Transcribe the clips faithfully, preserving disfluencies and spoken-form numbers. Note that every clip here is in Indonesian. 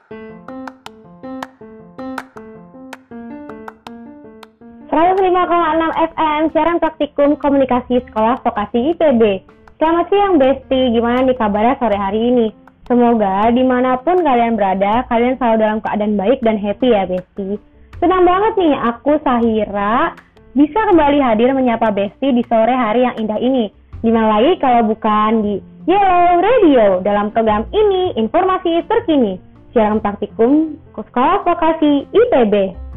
seratus lima koma enam F M, siaran praktikum komunikasi sekolah vokasi I P B. Selamat siang Besti, gimana nih kabarnya sore hari ini? Semoga dimanapun kalian berada, kalian selalu dalam keadaan baik dan happy ya Besti. Senang banget nih, aku Sahira bisa kembali hadir menyapa Besti di sore hari yang indah ini. Dimana lagi kalau bukan di Yellow Radio dalam program ini, informasi terkini, siaran praktikum sekolah vokasi I P B.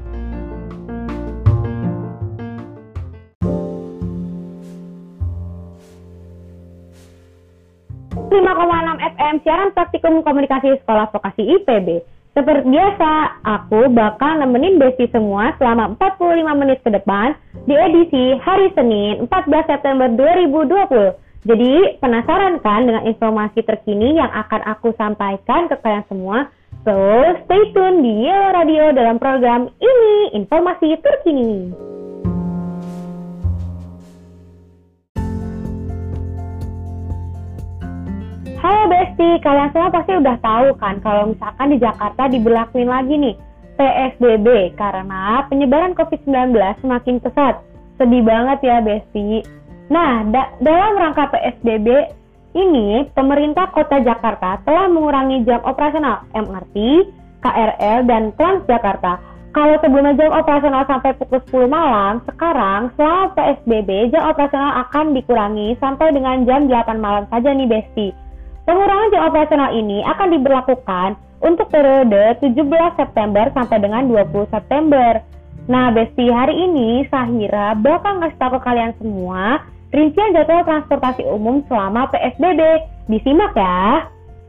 lima koma enam F M, siaran praktikum komunikasi sekolah vokasi I P B. Seperti biasa, aku bakal nemenin Besti semua selama empat puluh lima menit ke depan di edisi hari Senin empat belas September dua ribu dua puluh. Jadi, penasaran kan dengan informasi terkini yang akan aku sampaikan ke kalian semua? So, stay tune di Yellow Radio dalam program ini, informasi terkini. Halo Besti, kalian semua pasti udah tahu kan kalau misalkan di Jakarta diberlakuin lagi nih P S B B karena penyebaran covid sembilan belas semakin pesat. Sedih banget ya Besti. Nah, da- dalam rangka P S B B ini, pemerintah kota Jakarta telah mengurangi jam operasional M R T, K R L, dan Transjakarta. Kalau sebelumnya jam operasional sampai pukul sepuluh malam, sekarang selama P S B B jam operasional akan dikurangi sampai dengan jam delapan malam saja nih Besti. Pengurangan jam operasional ini akan diberlakukan untuk periode tujuh belas September sampai dengan dua puluh September. Nah, Besti, hari ini Sahira bakal ngasih tahu ke kalian semua rincian jadwal transportasi umum selama P S B B. Disimak ya.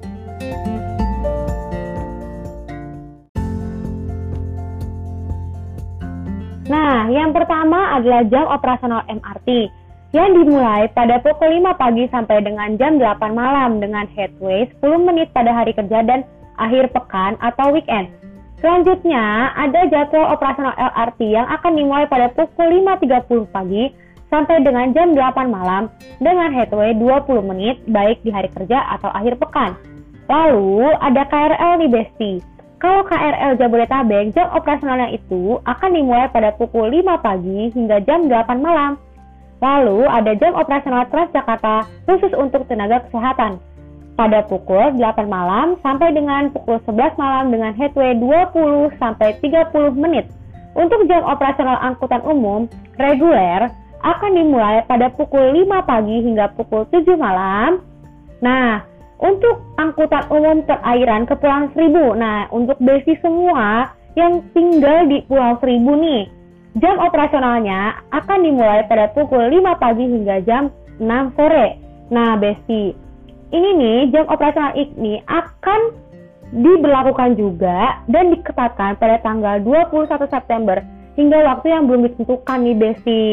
Nah, yang pertama adalah jam operasional M R T yang dimulai pada pukul lima pagi sampai dengan jam delapan malam dengan headway sepuluh menit pada hari kerja dan akhir pekan atau weekend. Selanjutnya, ada jadwal operasional L R T yang akan dimulai pada pukul lima tiga puluh pagi sampai dengan jam delapan malam dengan headway dua puluh menit baik di hari kerja atau akhir pekan. Lalu, ada K R L nih Besti. Kalau K R L Jabodetabek, jam operasionalnya itu akan dimulai pada pukul lima pagi hingga jam delapan malam. Lalu ada jam operasional Transjakarta khusus untuk tenaga kesehatan pada pukul delapan malam sampai dengan pukul sebelas malam dengan headway dua puluh sampai tiga puluh menit. Untuk jam operasional angkutan umum reguler akan dimulai pada pukul lima pagi hingga pukul tujuh malam. Nah, untuk angkutan umum perairan Kepulauan Seribu, nah untuk Besti semua yang tinggal di Pulau Seribu nih, jam operasionalnya akan dimulai pada pukul lima pagi hingga jam enam sore. Nah, Besti, ini nih jam operasional ini akan diberlakukan juga dan diketatkan pada tanggal dua puluh satu September hingga waktu yang belum ditentukan nih, Besti.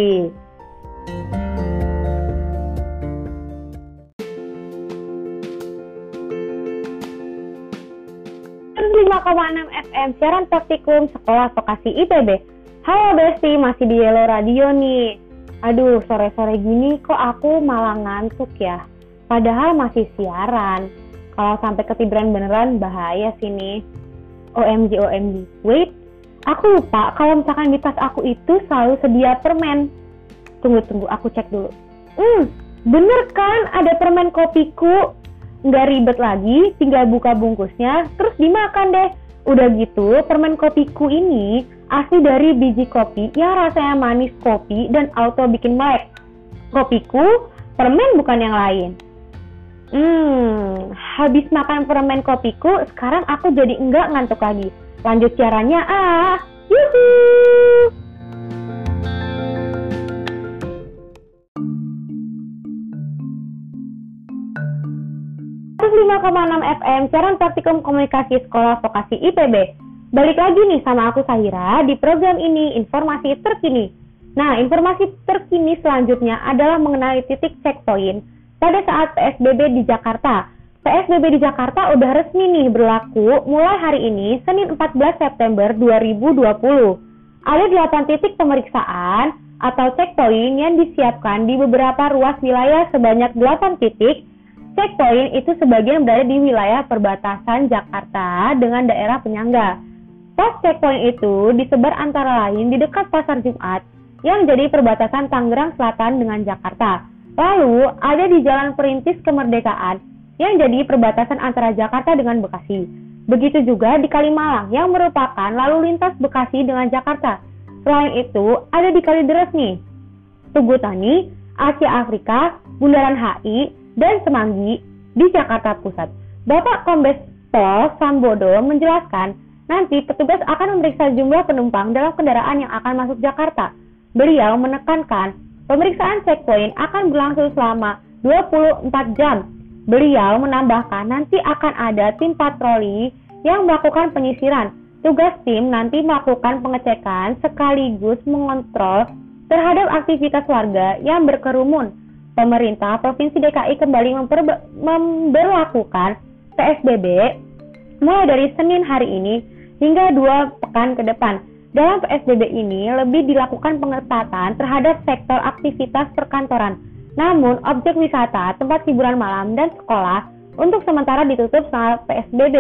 lima koma enam F M, siaran praktikum sekolah vokasi I P B. Halo Besti, masih di Yellow Radio nih. Aduh, sore-sore gini kok aku malah ngantuk ya. Padahal masih siaran. Kalau sampai ketiduran beneran bahaya sih nih. O M G, O M G. Wait, aku lupa kalau misalkan di tas aku itu selalu sedia permen. Tunggu-tunggu, aku cek dulu. Hmm, bener kan ada permen kopiku? Nggak ribet lagi, tinggal buka bungkusnya, terus dimakan deh. Udah gitu, permen kopiku ini asli dari biji kopi yang rasanya manis kopi dan auto bikin melek. Kopiku, permen bukan yang lain. Hmm, habis makan permen kopiku, sekarang aku jadi enggak ngantuk lagi. Lanjut siarannya, ah, yuhuu! lima koma enam F M, siaran praktikum komunikasi sekolah vokasi I P B. Balik lagi nih sama aku Sahira di program ini, informasi terkini. Nah, informasi terkini selanjutnya adalah mengenai titik checkpoint pada saat P S B B di Jakarta. P S B B di Jakarta udah resmi nih berlaku mulai hari ini, Senin empat belas September dua ribu dua puluh. Ada delapan titik pemeriksaan atau checkpoint yang disiapkan di beberapa ruas wilayah sebanyak delapan titik checkpoint itu sebagian berada di wilayah perbatasan Jakarta dengan daerah penyangga. Pos checkpoint itu disebar antara lain di dekat Pasar Jumat yang jadi perbatasan Tangerang Selatan dengan Jakarta. Lalu ada di Jalan Perintis Kemerdekaan yang jadi perbatasan antara Jakarta dengan Bekasi. Begitu juga di Kalimalang yang merupakan lalu lintas Bekasi dengan Jakarta. Selain itu ada di Kalideres nih, Tugu Tani, Asia Afrika, Bundaran H I, dan Semanggi di Jakarta Pusat. Bapak Kombes Pol Sambodo menjelaskan nanti petugas akan memeriksa jumlah penumpang dalam kendaraan yang akan masuk Jakarta. Beliau menekankan pemeriksaan checkpoint akan berlangsung selama dua puluh empat jam. Beliau menambahkan nanti akan ada tim patroli yang melakukan penyisiran. Tugas tim nanti melakukan pengecekan sekaligus mengontrol terhadap aktivitas warga yang berkerumun. Pemerintah Provinsi D K I kembali memperbe- memberlakukan P S B B mulai dari Senin hari ini hingga dua pekan ke depan. Dalam P S B B ini lebih dilakukan pengetatan terhadap sektor aktivitas perkantoran. Namun, objek wisata, tempat hiburan malam, dan sekolah untuk sementara ditutup selama P S B B.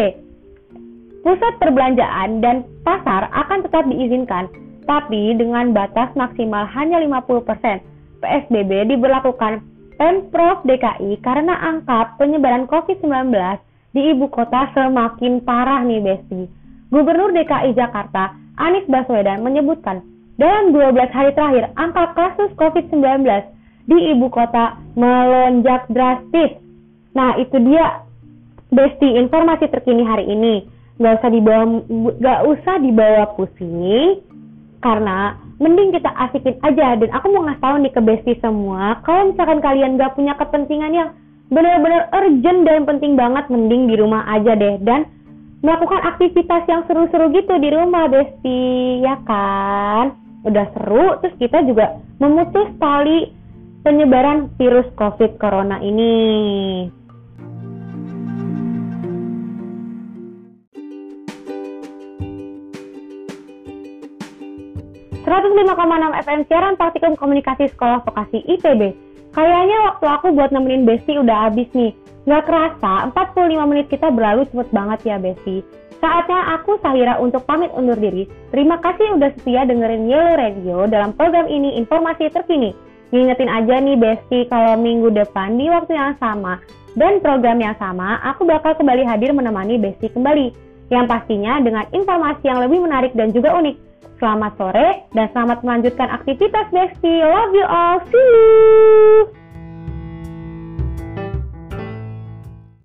Pusat perbelanjaan dan pasar akan tetap diizinkan, tapi dengan batas maksimal hanya lima puluh persen. P S B B diberlakukan Pemprov D K I karena angka penyebaran covid sembilan belas di ibu kota semakin parah nih Besti. Gubernur D K I Jakarta, Anies Baswedan menyebutkan, dalam dua belas hari terakhir, angka kasus covid sembilan belas di ibu kota melonjak drastis. Nah, itu dia Besti informasi terkini hari ini. Gak usah dibawa, gak usah dibawa pusing, karena mending kita asikin aja. Dan aku mau ngasih tahu nih ke Besti semua, kalau misalkan kalian gak punya kepentingan yang benar-benar urgent dan penting banget, mending di rumah aja deh dan melakukan aktivitas yang seru-seru gitu di rumah Besti, ya kan? Udah seru, terus kita juga memutus tali penyebaran virus covid corona ini. seratus lima koma enam F M siaran praktikum komunikasi sekolah vokasi I P B. Kayaknya waktu aku buat nemenin Besti udah habis nih. Gak kerasa, empat puluh lima menit kita berlalu cepet banget ya Besti. Saatnya aku Sahira untuk pamit undur diri. Terima kasih udah setia dengerin Yellow Radio dalam program ini informasi terkini. Ngingetin aja nih Besti, kalau minggu depan di waktu yang sama dan program yang sama, aku bakal kembali hadir menemani Besti kembali. Yang pastinya dengan informasi yang lebih menarik dan juga unik. Selamat sore dan selamat melanjutkan aktivitas Besti. Love you all. See you.